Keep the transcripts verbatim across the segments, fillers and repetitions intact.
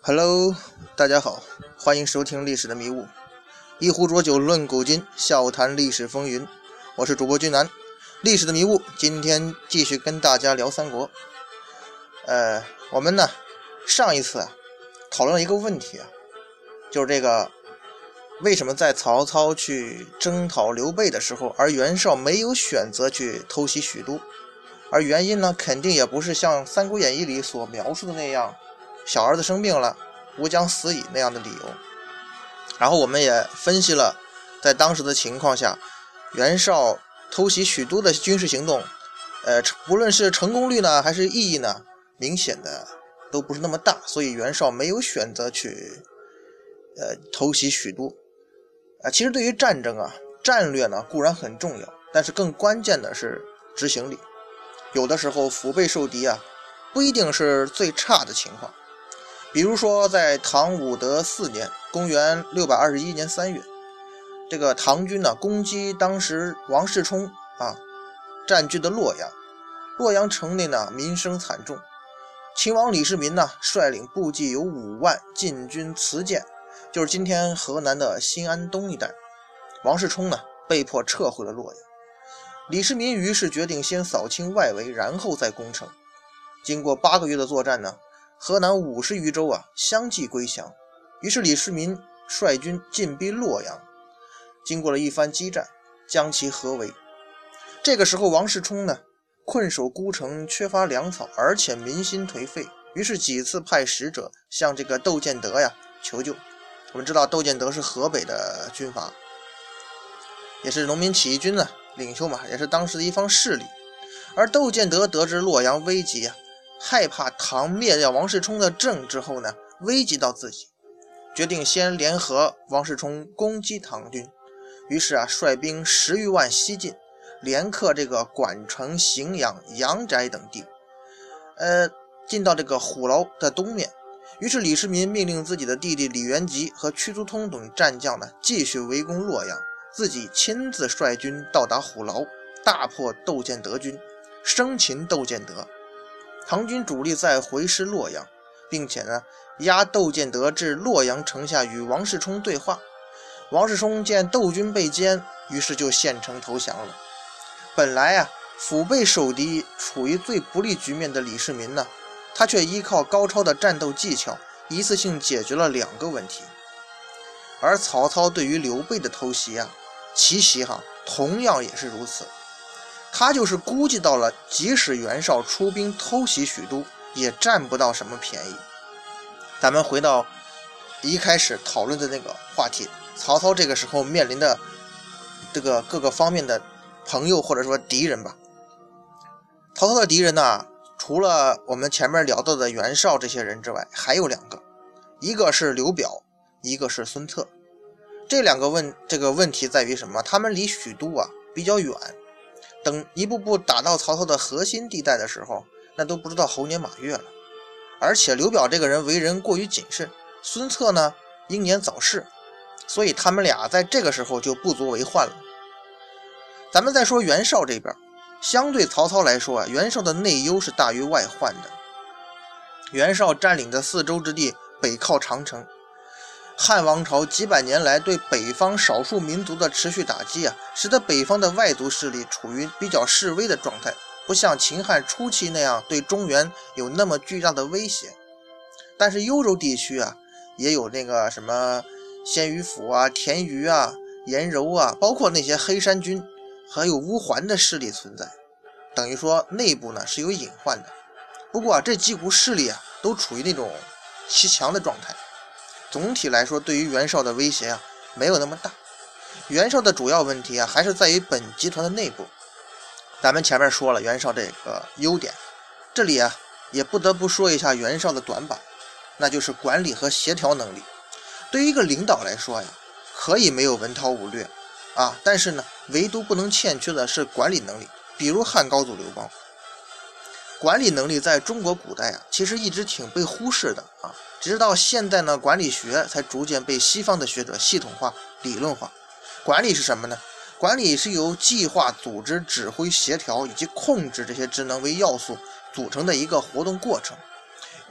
Hello， 大家好，欢迎收听历史的迷雾，一壶浊酒论古今，笑谈历史风云。我是主播君南，历史的迷雾，今天继续跟大家聊三国。呃，我们呢上一次啊讨论了一个问题啊，就是这个为什么在曹操去征讨刘备的时候，而袁绍没有选择去偷袭许都，而原因呢，肯定也不是像《三国演义》里所描述的那样，小儿子生病了，吾将死矣那样的理由。然后我们也分析了，在当时的情况下，袁绍偷袭许都的军事行动，呃，不论是成功率呢，还是意义呢，明显的都不是那么大，所以袁绍没有选择去，呃，偷袭许都。啊、呃，其实对于战争啊，战略呢固然很重要，但是更关键的是执行力。有的时候腹背受敌啊，不一定是最差的情况。比如说在唐武德四年，公元六百二十一年三月，这个唐军呢攻击当时王世充啊占据的洛阳。洛阳城内呢民生惨重，秦王李世民呢率领部骑有五万进军磁剑，就是今天河南的新安东一带。王世充呢被迫撤回了洛阳。李世民于是决定先扫清外围，然后再攻城。经过八个月的作战呢，河南五十余州啊相继归降。于是李世民率军进逼洛阳，经过了一番激战，将其合围。这个时候王世充呢困守孤城，缺乏粮草，而且民心颓废，于是几次派使者向这个窦建德呀求救。我们知道窦建德是河北的军阀，也是农民起义军的领袖嘛，也是当时的一方势力。而窦建德得知洛阳危急啊，害怕唐灭掉王世充的政之后呢，危及到自己，决定先联合王世充攻击唐军。于是啊，率兵十余万西进，连克这个管城、荥阳、阳翟等地，呃，进到这个虎牢的东面。于是李世民命令自己的弟弟李元吉和屈足通等战将呢，继续围攻洛阳，自己亲自率军到达虎牢，大破窦建德军，生擒窦建德。唐军主力再回师洛阳，并且呢押窦建德至洛阳城下与王世充对话。王世充见窦军被歼，于是就献城投降了。本来啊腹背受敌，处于最不利局面的李世民呢，他却依靠高超的战斗技巧，一次性解决了两个问题。而曹操对于刘备的偷袭啊，奇袭哈同样也是如此。他就是估计到了，即使袁绍出兵偷袭许都，也占不到什么便宜。咱们回到一开始讨论的那个话题，曹操这个时候面临的这个各个方面的朋友或者说敌人吧。曹操的敌人呢，除了我们前面聊到的袁绍这些人之外，还有两个，一个是刘表，一个是孙策。这两个问这个问题在于什么？他们离许都啊比较远，等一步步打到曹操的核心地带的时候，那都不知道猴年马月了。而且刘表这个人为人过于谨慎，孙策呢英年早逝，所以他们俩在这个时候就不足为患了。咱们再说袁绍这边，相对曹操来说啊，袁绍的内忧是大于外患的。袁绍占领的四周之地北靠长城，汉王朝几百年来对北方少数民族的持续打击啊，使得北方的外族势力处于比较示威的状态，不像秦汉初期那样对中原有那么巨大的威胁。但是幽州地区啊，也有那个什么鲜于府啊、田余啊、颜柔啊，包括那些黑山军还有乌桓的势力存在，等于说内部呢是有隐患的。不过啊，这几股势力啊都处于那种齐强的状态，总体来说对于袁绍的威胁啊没有那么大。袁绍的主要问题啊还是在于本集团的内部。咱们前面说了袁绍这个优点，这里啊也不得不说一下袁绍的短板，那就是管理和协调能力。对于一个领导来说呀，可以没有文韬武略啊，但是呢唯独不能欠缺的是管理能力。比如汉高祖刘邦，管理能力在中国古代啊其实一直挺被忽视的啊，直到现在呢管理学才逐渐被西方的学者系统化、理论化。管理是什么呢？管理是由计划、组织、指挥、协调以及控制这些职能为要素组成的一个活动过程。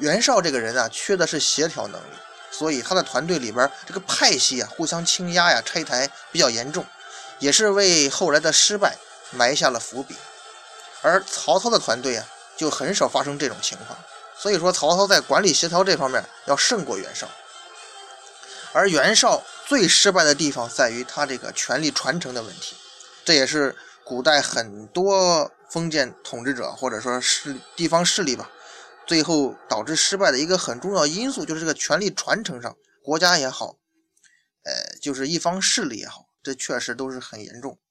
袁绍这个人啊，缺的是协调能力，所以他的团队里边这个派系啊，互相倾轧呀、拆台比较严重，也是为后来的失败埋下了伏笔。而曹操的团队啊，就很少发生这种情况，所以说曹操在管理协调这方面要胜过袁绍。而袁绍最失败的地方在于他这个权力传承的问题，这也是古代很多封建统治者或者说是地方势力吧，最后导致失败的一个很重要因素，就是这个权力传承上，国家也好，呃，就是一方势力也好，这确实都是很严重。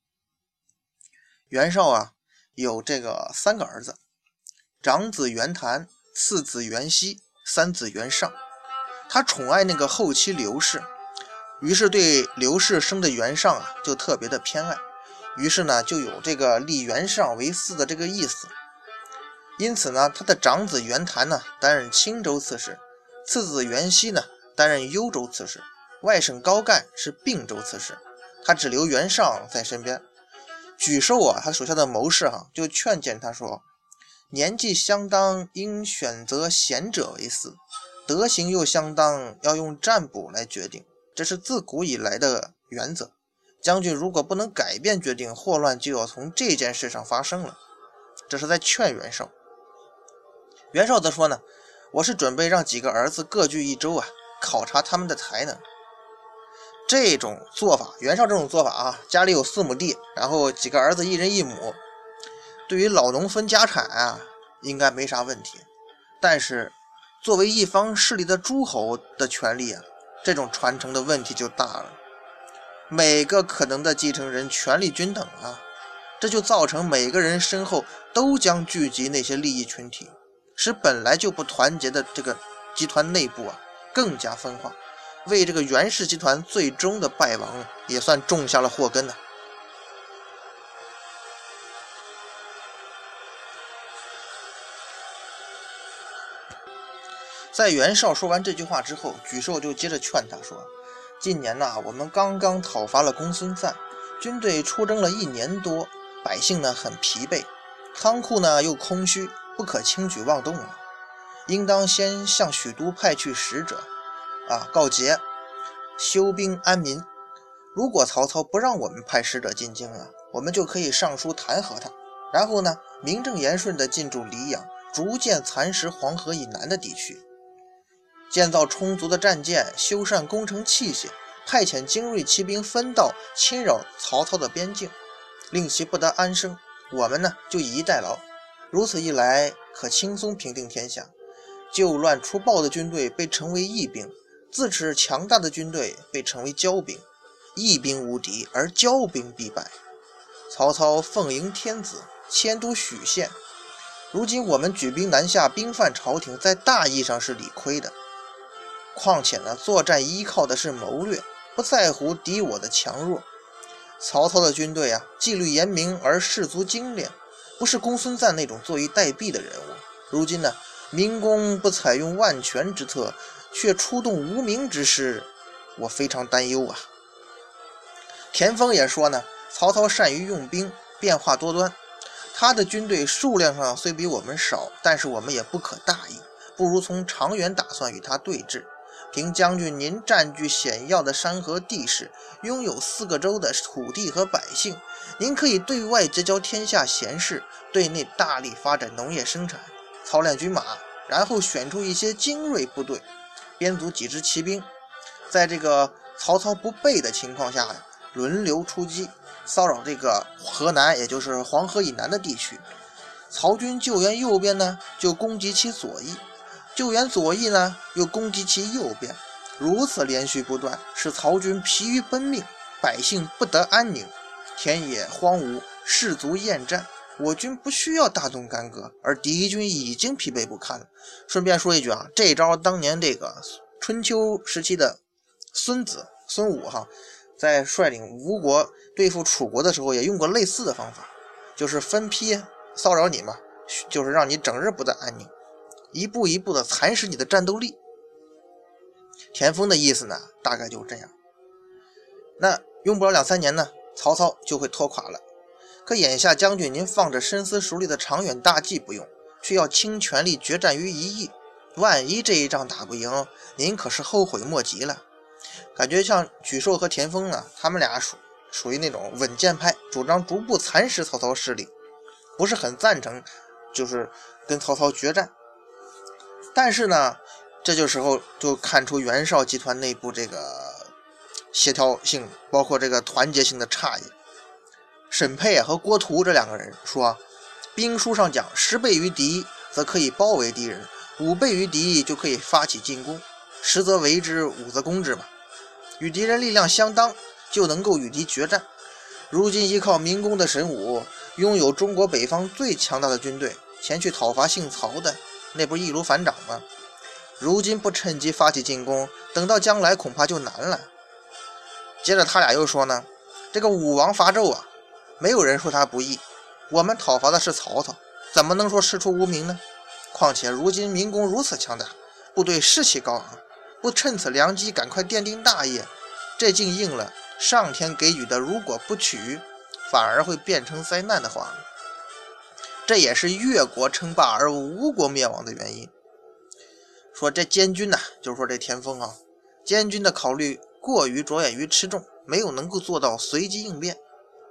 袁绍啊，有这个三个儿子，长子袁谭，次子袁熙，三子袁尚。他宠爱那个后妻刘氏，于是对刘氏生的袁尚啊就特别的偏爱，于是呢就有这个立袁尚为嗣的这个意思。因此呢，他的长子袁谭呢担任青州刺史，次子袁熙呢担任幽州刺史，外甥高干是并州刺史，他只留袁尚在身边。沮授啊，他手下的谋士哈、啊、就劝谏他说，年纪相当，应选择贤者为嗣，德行又相当，要用占卜来决定，这是自古以来的原则。将军如果不能改变决定，祸乱就要从这件事上发生了。这是在劝袁绍。袁绍则说呢，我是准备让几个儿子各据一州啊，考察他们的才能。这种做法，袁绍这种做法啊，家里有四亩地，然后几个儿子一人一亩，对于老农分家产啊，应该没啥问题。但是作为一方势力的诸侯的权利啊，这种传承的问题就大了。每个可能的继承人权力均等啊，这就造成每个人身后都将聚集那些利益群体，使本来就不团结的这个集团内部啊更加分化，为这个袁氏集团最终的败亡也算种下了祸根呢、啊。在袁绍说完这句话之后，沮授就接着劝他说，近年呐、啊，我们刚刚讨伐了公孙瓒，军队出征了一年多，百姓呢很疲惫，仓库呢又空虚，不可轻举妄动了，应当先向许都派去使者啊，告捷，休兵安民。如果曹操不让我们派使者进京啊，我们就可以上书弹劾他，然后呢名正言顺地进驻黎阳，逐渐蚕食黄河以南的地区，建造充足的战舰，修缮工程器械，派遣精锐骑兵分道侵扰曹操的边境，令其不得安生。我们呢就以逸待劳，如此一来可轻松平定天下。救乱除暴的军队被称为义兵，自持强大的军队被称为骄兵。义兵无敌，而骄兵必败。曹操奉迎天子，迁都许县，如今我们举兵南下，兵犯朝廷，在大义上是理亏的。况且呢，作战依靠的是谋略，不在乎敌我的强弱。曹操的军队啊，纪律严明而士卒精练，不是公孙瓒那种坐以待毙的人物。如今呢，明公不采用万全之策，却出动无名之师，我非常担忧啊。田丰也说呢，曹操善于用兵，变化多端，他的军队数量上虽比我们少，但是我们也不可大意，不如从长远打算与他对峙。凭将军您占据险要的山河地势，拥有四个州的土地和百姓，您可以对外结交天下贤士，对内大力发展农业生产，操练军马，然后选出一些精锐部队，编组几支骑兵，在这个曹操不备的情况下呀，轮流出击，骚扰这个河南，也就是黄河以南的地区。曹军救援右边呢，就攻击其左翼；救援左翼呢，又攻击其右边。如此连续不断，使曹军疲于奔命，百姓不得安宁，田野荒芜，士卒厌战。我军不需要大动干戈，而敌军已经疲惫不堪了。顺便说一句啊，这招当年这个春秋时期的孙子孙武哈，在率领吴国对付楚国的时候也用过类似的方法，就是分批骚扰你嘛，就是让你整日不得安宁，一步一步的蚕食你的战斗力。田丰的意思呢，大概就这样。那用不了两三年呢，曹操就会拖垮了。可眼下将军您放着深思熟虑的长远大计不用，却要倾全力决战于一役， 万一这一仗打不赢，您可是后悔莫及了。感觉像沮授和田丰呢，他们俩属属于那种稳健派，主张逐步蚕食曹操势力，不是很赞成就是跟曹操决战。但是呢，这就时候就看出袁绍集团内部这个协调性包括这个团结性的差异。沈沛啊和郭图这两个人说，兵书上讲十倍于敌则可以包围敌人，五倍于敌就可以发起进攻，十则围之，五则攻之嘛。与敌人力量相当，就能够与敌决战。如今依靠明公的神武，拥有中国北方最强大的军队，前去讨伐姓曹的，那不是易如反掌吗？如今不趁机发起进攻，等到将来恐怕就难了。接着他俩又说呢，这个武王伐纣啊，没有人说他不义，我们讨伐的是曹操，怎么能说师出无名呢？况且如今明公如此强大，部队士气高昂，不趁此良机赶快奠定大业，这竟应了上天给予的如果不取，反而会变成灾难的话。这也是越国称霸而吴国灭亡的原因。说这监军呢、啊，就是说这田丰啊，监军的考虑过于着眼于吃重，没有能够做到随机应变。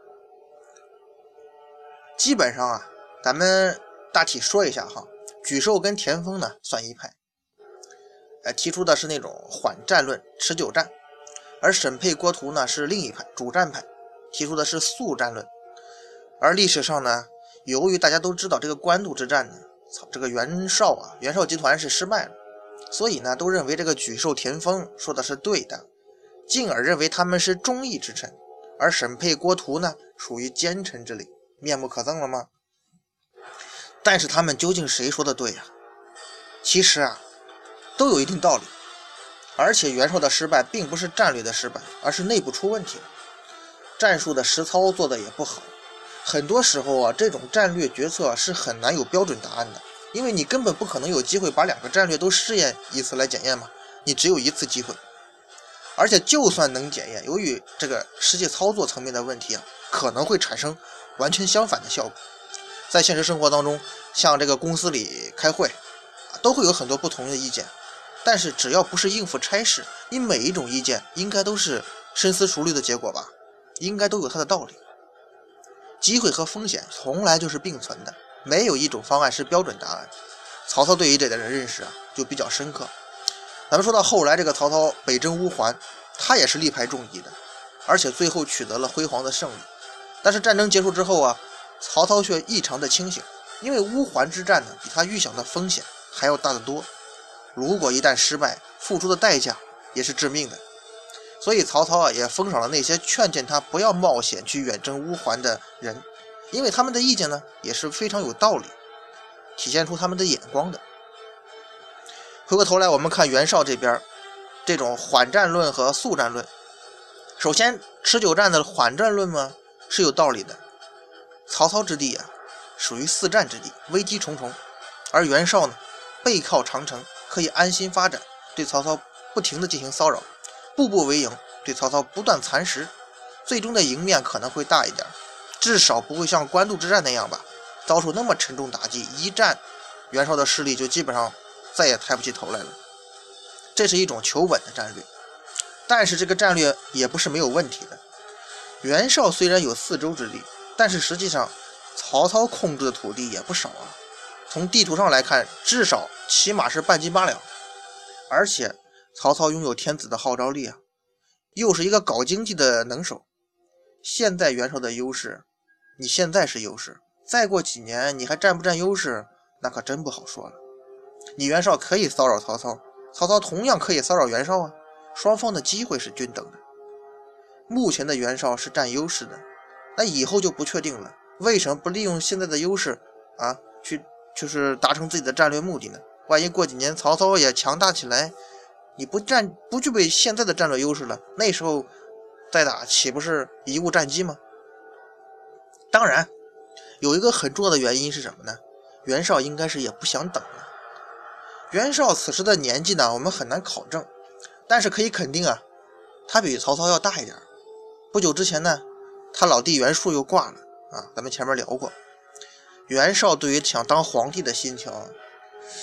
基本上啊，咱们大体说一下哈，沮授跟田丰呢算一派，呃，提出的是那种缓战论、持久战，而沈沛、郭图呢是另一派，主战派，提出的是速战论。而历史上呢，由于大家都知道这个官渡之战呢，这个袁绍啊，袁绍集团是失败了，所以呢，都认为这个沮授、田丰说的是对的，进而认为他们是忠义之臣，而沈沛、郭图呢属于奸臣之类，面目可憎了吗？但是他们究竟谁说的对呀、啊？其实啊，都有一定道理。而且袁绍的失败并不是战略的失败，而是内部出问题了，战术的实操做的也不好。很多时候啊，这种战略决策是很难有标准答案的，因为你根本不可能有机会把两个战略都试验一次来检验嘛，你只有一次机会。而且就算能检验，由于这个实际操作层面的问题啊，可能会产生完全相反的效果。在现实生活当中，像这个公司里开会都会有很多不同的意见，但是只要不是应付差事，你每一种意见应该都是深思熟虑的结果吧，应该都有它的道理。机会和风险从来就是并存的，没有一种方案是标准答案。曹操对于这点的认识啊就比较深刻。咱们说到后来这个曹操北征乌桓，他也是力排众议的，而且最后取得了辉煌的胜利。但是战争结束之后啊，曹操却异常的清醒，因为乌桓之战呢比他预想的风险还要大得多，如果一旦失败，付出的代价也是致命的。所以曹操啊也封赏了那些劝谏他不要冒险去远征乌桓的人，因为他们的意见呢也是非常有道理，体现出他们的眼光的。回过头来我们看袁绍这边这种缓战论和速战论，首先持久战的缓战论嘛是有道理的，曹操之地啊属于四战之地，危机重重，而袁绍呢背靠长城，可以安心发展，对曹操不停的进行骚扰，步步为营，对曹操不断蚕食，最终的赢面可能会大一点，至少不会像官渡之战那样吧，遭受那么沉重打击，一战袁绍的势力就基本上再也抬不起头来了。这是一种求稳的战略，但是这个战略也不是没有问题的。袁绍虽然有四州之地，但是实际上曹操控制的土地也不少啊，从地图上来看至少起码是半斤八两，而且曹操拥有天子的号召力啊，又是一个搞经济的能手。现在袁绍的优势，你现在是优势，再过几年你还占不占优势，那可真不好说了。你袁绍可以骚扰曹操，曹操同样可以骚扰袁绍啊，双方的机会是均等的。目前的袁绍是占优势的，那以后就不确定了，为什么不利用现在的优势啊，去就是达成自己的战略目的呢？万一过几年曹操也强大起来，你不占不具备现在的战略优势了，那时候再打岂不是贻误战机吗？当然有一个很重要的原因是什么呢？袁绍应该是也不想等了。袁绍此时的年纪呢我们很难考证，但是可以肯定啊，他比曹操要大一点。不久之前呢他老弟袁术又挂了啊，咱们前面聊过。袁绍对于想当皇帝的心情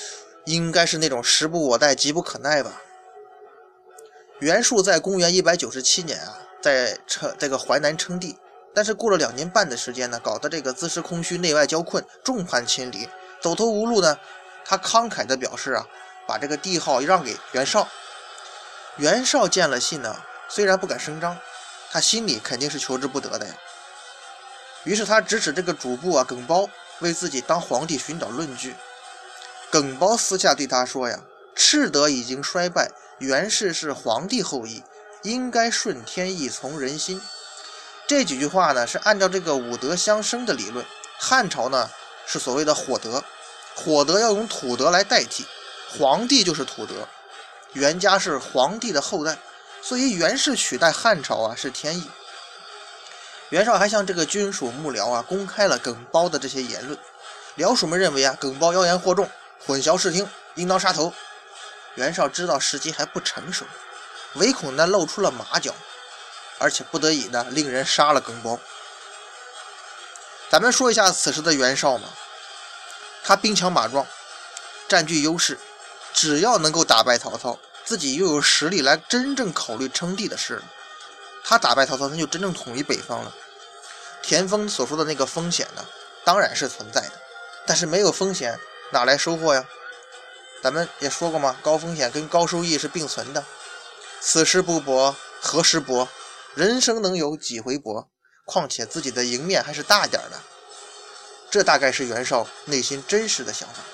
应该是那种时不我待急不可耐吧。袁术在公元一百九十七年啊，在这个淮南称帝，但是过了两年半的时间呢，搞得这个资势空虚，内外交困，众叛亲离，走投无路呢，他慷慨的表示啊，把这个帝号让给袁绍。袁绍见了信呢，虽然不敢声张，他心里肯定是求之不得的呀。于是他指使这个主簿啊耿包为自己当皇帝寻找论据。耿包私下对他说呀，赤德已经衰败，袁氏是皇帝后裔，应该顺天意从人心。这几句话呢是按照这个五德相生的理论，汉朝呢是所谓的火德，火德要用土德来代替，皇帝就是土德，袁家是皇帝的后代，所以袁氏取代汉朝啊是天意。袁绍还向这个军属幕僚啊公开了耿包的这些言论，僚属们认为啊耿包妖言惑众，混淆视听，应当杀头。袁绍知道时机还不成熟，唯恐呢露出了马脚，而且不得已呢令人杀了耿包。咱们说一下此时的袁绍嘛，他兵强马壮，占据优势，只要能够打败曹操，自己又有实力来真正考虑称帝的事了。他打败曹操，他就真正统一北方了。田丰所说的那个风险呢，当然是存在的，但是没有风险哪来收获呀？咱们也说过嘛，高风险跟高收益是并存的。此时不搏，何时搏？人生能有几回搏？况且自己的赢面还是大点的。这大概是袁绍内心真实的想法。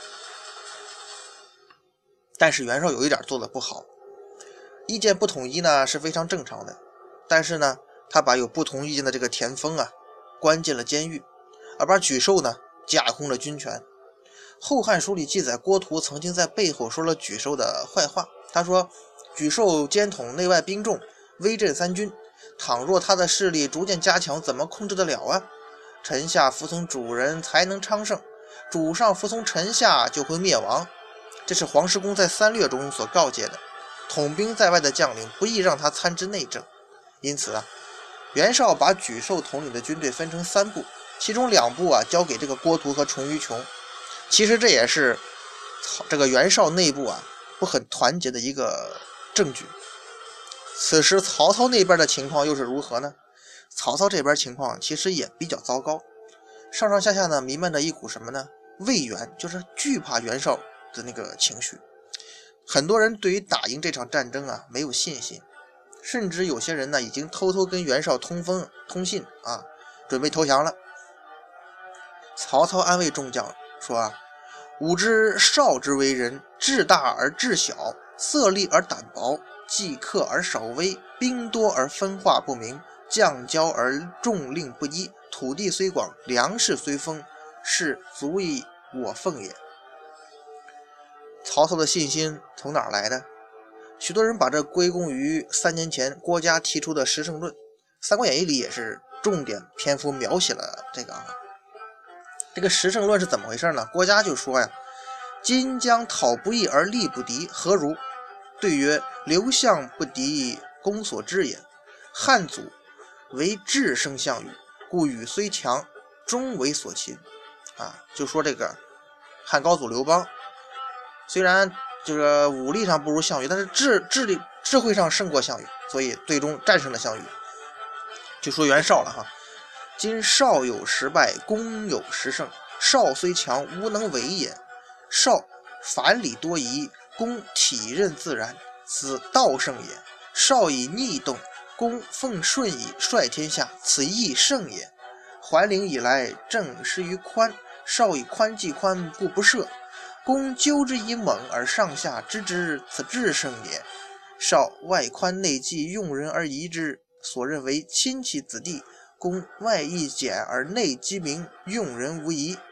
但是袁绍有一点做得不好，意见不统一呢是非常正常的，但是呢他把有不同意见的这个田丰啊关进了监狱，而把沮授呢架空了军权。后汉书里记载，郭图曾经在背后说了沮授的坏话，他说沮授兼统内外兵众，威震三军，倘若他的势力逐渐加强，怎么控制得了啊？臣下服从主人才能昌盛，主上服从臣下就会灭亡。这是黄石公在三略中所告诫的，统兵在外的将领不宜让他参知内政。因此啊，袁绍把沮授统领的军队分成三部，其中两部啊交给这个郭图和淳于琼。其实这也是这个袁绍内部啊不很团结的一个证据。此时曹操那边的情况又是如何呢？曹操这边情况其实也比较糟糕，上上下下呢弥漫着一股什么呢？畏袁，就是惧怕袁绍的那个情绪。很多人对于打赢这场战争啊没有信心，甚至有些人呢已经偷偷跟袁绍通风通信啊，准备投降了。曹操安慰众将说啊，吾知绍之为人，志大而志小，色厉而胆薄，计克而少威，兵多而分化不明，将骄而众令不一，土地虽广，粮食虽丰，是足以我奉也。曹操的信心从哪儿来的？许多人把这归功于三年前郭嘉提出的十胜论，《三国演义》里也是重点篇幅描写了这个啊。这个十胜论是怎么回事呢？郭嘉就说呀，今将讨不义而力不敌，何如？对曰，刘项不敌，公所知也。汉祖为智胜项羽，故羽虽强，终为所擒。啊，就说这个汉高祖刘邦，虽然这个武力上不如项羽，但是智智力智慧上胜过项羽，所以最终战胜了项羽。就说袁绍了哈，今绍有十败，公有十胜。绍虽强，无能为也。绍反礼多疑，公体任自然，此道胜也。绍以逆动，公奉顺以率天下，此亦胜也。桓灵以来，政失于宽，绍以宽济宽，故不赦。公纠之以猛，而上下知之，此智胜也。绍外宽内济，用人而疑之，所认为亲戚子弟。公外易简而内机明，用人无疑。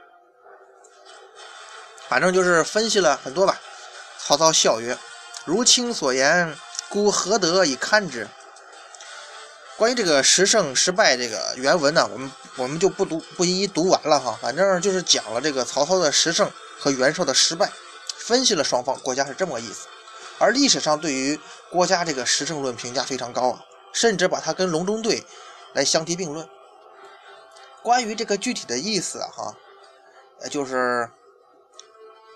反正就是分析了很多吧。曹操笑曰，如卿所言，孤何得以堪之？关于这个十胜十败这个原文呢，我们我们就不读不一一读完了哈，反正就是讲了这个曹操的十胜和袁绍的失败，分析了双方。郭嘉是这么个意思。而历史上对于郭嘉这个十胜论评价非常高啊，甚至把他跟隆中对来相提并论。关于这个具体的意思啊哈，就是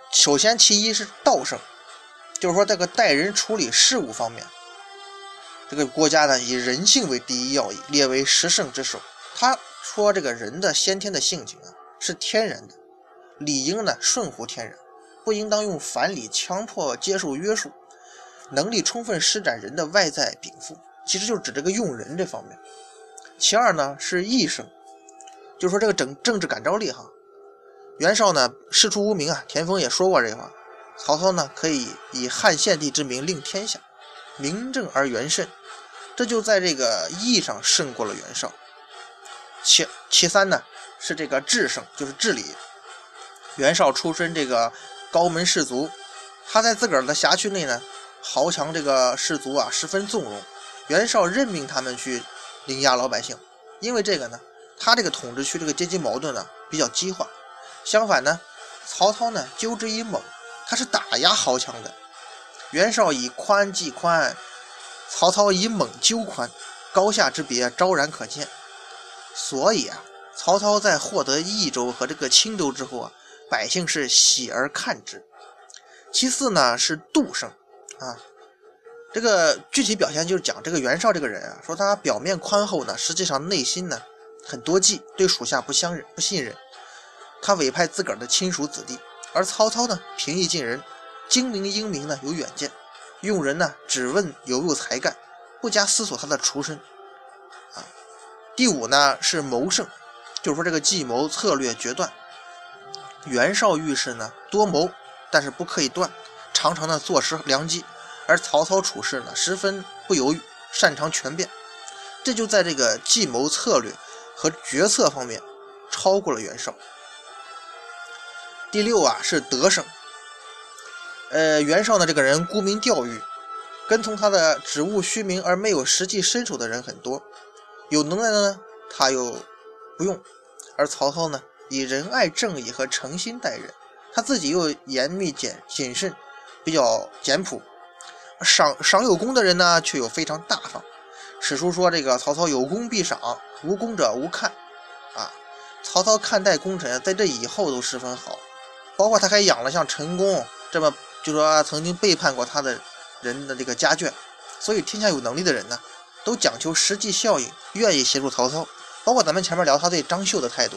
首先其一是道圣，就是说这个待人处理事务方面，这个国家呢以人性为第一要义，列为十圣之首。他说这个人的先天的性情啊是天然的，理应呢顺乎天然，不应当用反理强迫接受约束，能力充分施展人的外在禀赋，其实就指这个用人这方面。其二呢是义圣，就是说这个政政治感召力哈。袁绍呢事出无名啊，田丰也说过这话，曹操呢可以以汉献帝之名令天下，名正而元甚，这就在这个义上胜过了袁绍。其其三呢是这个治圣，就是治理。袁绍出身这个高门士族，他在自个儿的辖区内呢豪强这个士族啊十分纵容，袁绍任命他们去凌压老百姓。因为这个呢他这个统治区这个阶级矛盾呢比较激化。相反呢曹操呢纠之以猛，他是打压豪强的。袁绍以宽济宽，曹操以猛纠宽，高下之别昭然可见。所以啊曹操在获得益州和这个青州之后啊，百姓是喜而看之。其次呢是度圣啊，这个具体表现就是讲这个袁绍这个人啊，说他表面宽厚呢，实际上内心呢很多计，对属下不相忍不信任，他委派自个儿的亲属子弟。而曹操呢平易近人，精明英明呢有远见，用人呢只问有没有才干，不加思索他的出身啊。第五呢是谋圣，就是说这个计谋策略决断。袁绍遇事呢多谋，但是不刻意断，常常呢坐失良机。而曹操处事呢十分不犹豫，擅长权变，这就在这个计谋策略和决策方面超过了袁绍。第六啊是德圣。呃，袁绍呢这个人沽名钓誉，跟从他的职务虚名而没有实际身手的人很多，有能耐的呢他又不用。而曹操呢以仁爱正义和诚心待人，他自己又严密谨谨慎，比较简朴。赏赏有功的人呢却又非常大方。史书说这个曹操有功必赏，无功者无看啊。曹操看待功臣在这以后都十分好，包括他还养了像陈宫这么就说曾经背叛过他的人的这个家眷。所以天下有能力的人呢都讲求实际效应，愿意协助曹操，包括咱们前面聊他对张绣的态度。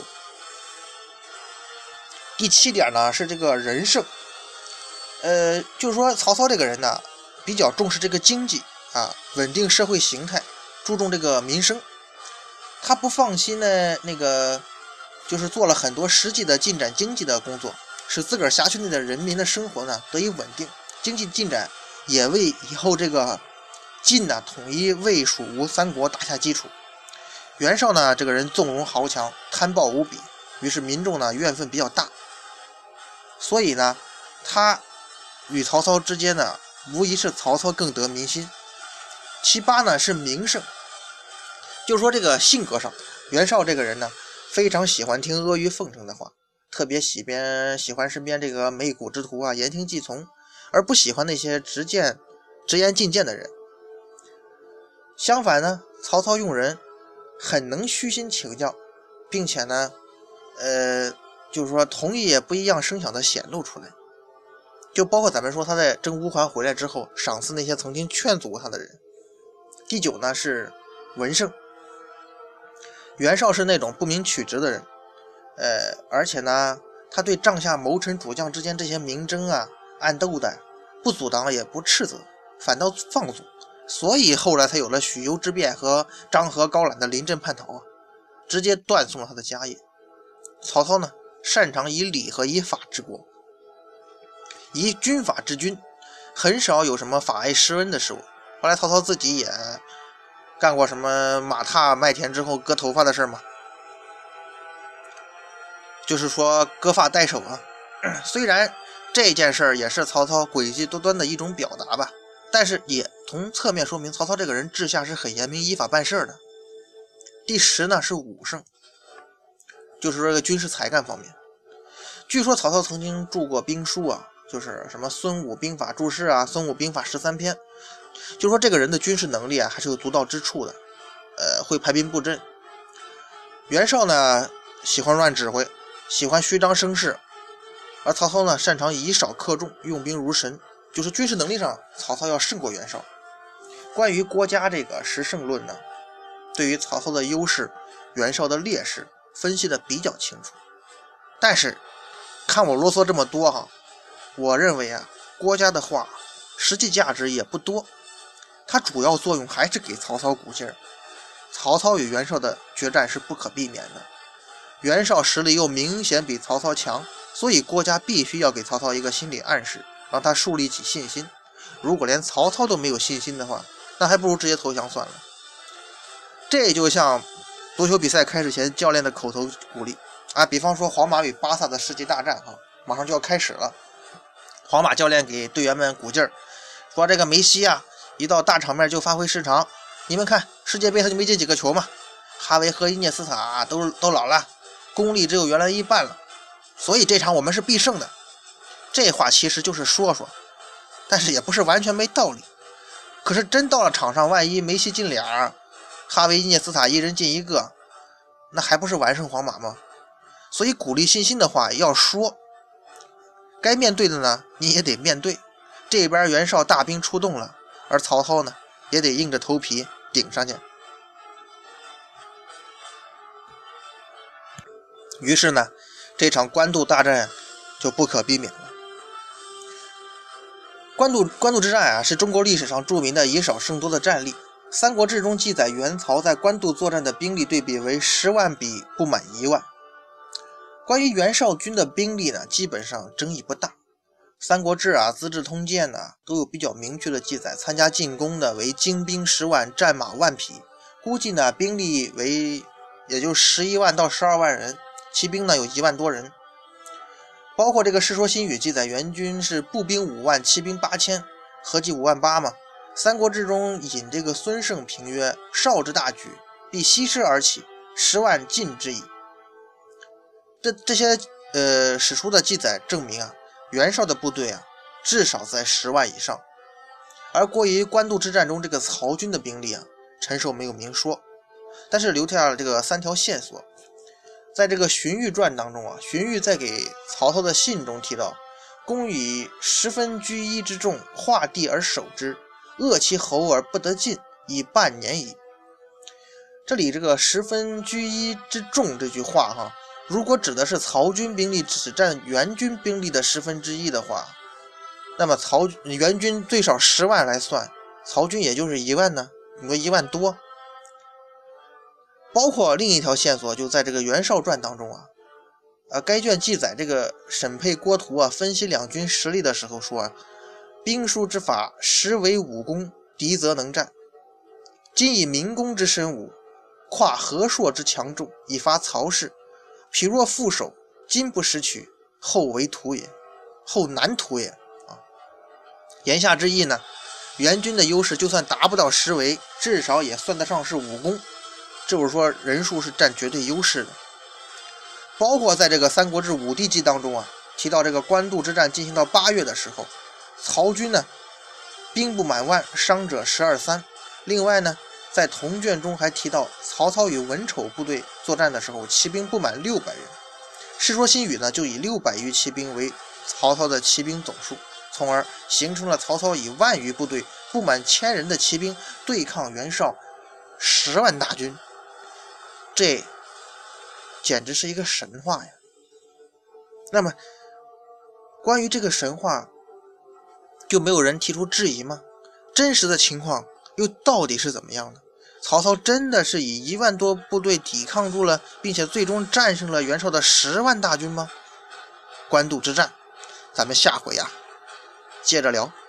第七点呢是这个仁圣。呃，就是说曹操这个人呢比较重视这个经济啊，稳定社会形态，注重这个民生。他不放心呢那个就是做了很多实际的进展经济的工作，使自个儿辖区内的人民的生活呢得以稳定，经济进展也为以后这个晋呢统一魏蜀吴三国打下基础。袁绍呢这个人纵容豪强，贪暴无比，于是民众呢怨愤比较大，所以呢他与曹操之间呢无疑是曹操更得民心。其八呢是名圣，就是说这个性格上，袁绍这个人呢非常喜欢听阿谀奉承的话，特别喜边喜欢身边这个媚骨之徒啊言听计从，而不喜欢那些直见直言进谏的人。相反呢曹操用人很能虚心请教，并且呢呃就是说同意也不一样声响的显露出来。就包括咱们说他在征乌桓回来之后赏赐那些曾经劝阻过他的人。第九呢是文圣。袁绍是那种不明曲直的人，呃，而且呢他对帐下谋臣主将之间这些明争啊暗斗的不阻挡也不斥责，反倒放纵，所以后来才有了许攸之变和张合高览的临阵叛逃啊，直接断送了他的家业。曹操呢擅长以礼和以法治国，以军法治军，很少有什么法外施恩的事物。后来曹操自己也干过什么马踏麦田之后割头发的事吗？就是说割发代首啊。虽然这件事也是曹操诡计多端的一种表达吧，但是也从侧面说明曹操这个人治下是很严明依法办事的。第十呢是武圣，就是说这个军事才干方面。据说曹操曾经著过兵书啊，就是什么孙武兵法注释啊，孙武兵法十三篇，就说这个人的军事能力啊还是有独到之处的，呃，会排兵布阵。袁绍呢喜欢乱指挥，喜欢虚张声势， 而曹操呢，擅长以少克众，用兵如神，就是军事能力上，曹操要胜过袁绍。关于郭嘉这个十胜论呢，对于曹操的优势、袁绍的劣势分析的比较清楚。但是看我啰嗦这么多哈，我认为啊，郭嘉的话实际价值也不多，它主要作用还是给曹操鼓劲儿。曹操与袁绍的决战是不可避免的，袁绍实力又明显比曹操强，所以郭嘉必须要给曹操一个心理暗示，让他树立起信心。如果连曹操都没有信心的话，那还不如直接投降算了。这就像足球比赛开始前教练的口头鼓励啊，比方说皇马与巴萨的世纪大战哈，马上就要开始了。皇马教练给队员们鼓劲儿，说这个梅西啊，一到大场面就发挥失常。你们看世界杯他就没进几个球嘛，哈维和伊涅斯塔、啊、都都老了，功力只有原来一半了，所以这场我们是必胜的。这话其实就是说说，但是也不是完全没道理。可是真到了场上，万一梅西进俩，哈维伊涅斯塔一人进一个，那还不是完胜皇马吗？所以鼓励信心的话要说，该面对的呢你也得面对。这边袁绍大兵出动了，而曹操呢也得硬着头皮顶上去。于是呢，这场官渡大战就不可避免了。官渡官渡之战啊，是中国历史上著名的以少胜多的战例。《三国志》中记载，袁曹在官渡作战的兵力对比为十万比不满一万。关于袁绍军的兵力呢，基本上争议不大。《三国志》啊，《资治通鉴》呢，都有比较明确的记载，参加进攻的为精兵十万，战马万匹，估计呢兵力为也就十一万到十二万人，骑兵呢有一万多人。包括这个《世说新语》记载，袁军是步兵五万，骑兵八千，合计五万八嘛。《三国志》中引这个孙胜评曰：“绍之大举，必西施而起，十万尽之矣。”这这些呃史书的记载证明啊，袁绍的部队啊至少在十万以上。而关于官渡之战中这个曹军的兵力啊，陈寿没有明说，但是留下了这个三条线索。在这个荀彧传当中啊，荀彧在给曹操的信中提到，公以十分居一之众，化地而守之，扼其喉而不得进，以半年矣。这里这个十分居一之众这句话哈，如果指的是曹军兵力只占袁军兵力的十分之一的话，那么曹袁军最少十万来算，曹军也就是一万呢，你说一万多。包括另一条线索，就在这个袁绍传当中啊，呃，该卷记载这个审配郭图啊分析两军实力的时候说啊，兵书之法，实为武功，敌则能战。今以民工之深武，跨河朔之强众，以伐曹氏。譬若副守，今不识取，后为屠也，后难屠也啊。言下之意呢，袁军的优势就算达不到十围，至少也算得上是武功。就是说人数是占绝对优势的。包括在这个《三国志·武帝纪》当中啊，提到这个官渡之战进行到八月的时候，曹军呢兵不满万，伤者十二三。另外呢，在同卷中还提到曹操与文丑部队作战的时候，骑兵不满六百人。《世说新语》呢就以六百余骑兵为曹操的骑兵总数，从而形成了曹操以万余部队不满千人的骑兵对抗袁绍十万大军。这简直是一个神话呀！那么关于这个神话，就没有人提出质疑吗？真实的情况又到底是怎么样的？曹操真的是以一万多部队抵抗住了，并且最终战胜了袁绍的十万大军吗？官渡之战，咱们下回呀、啊、接着聊。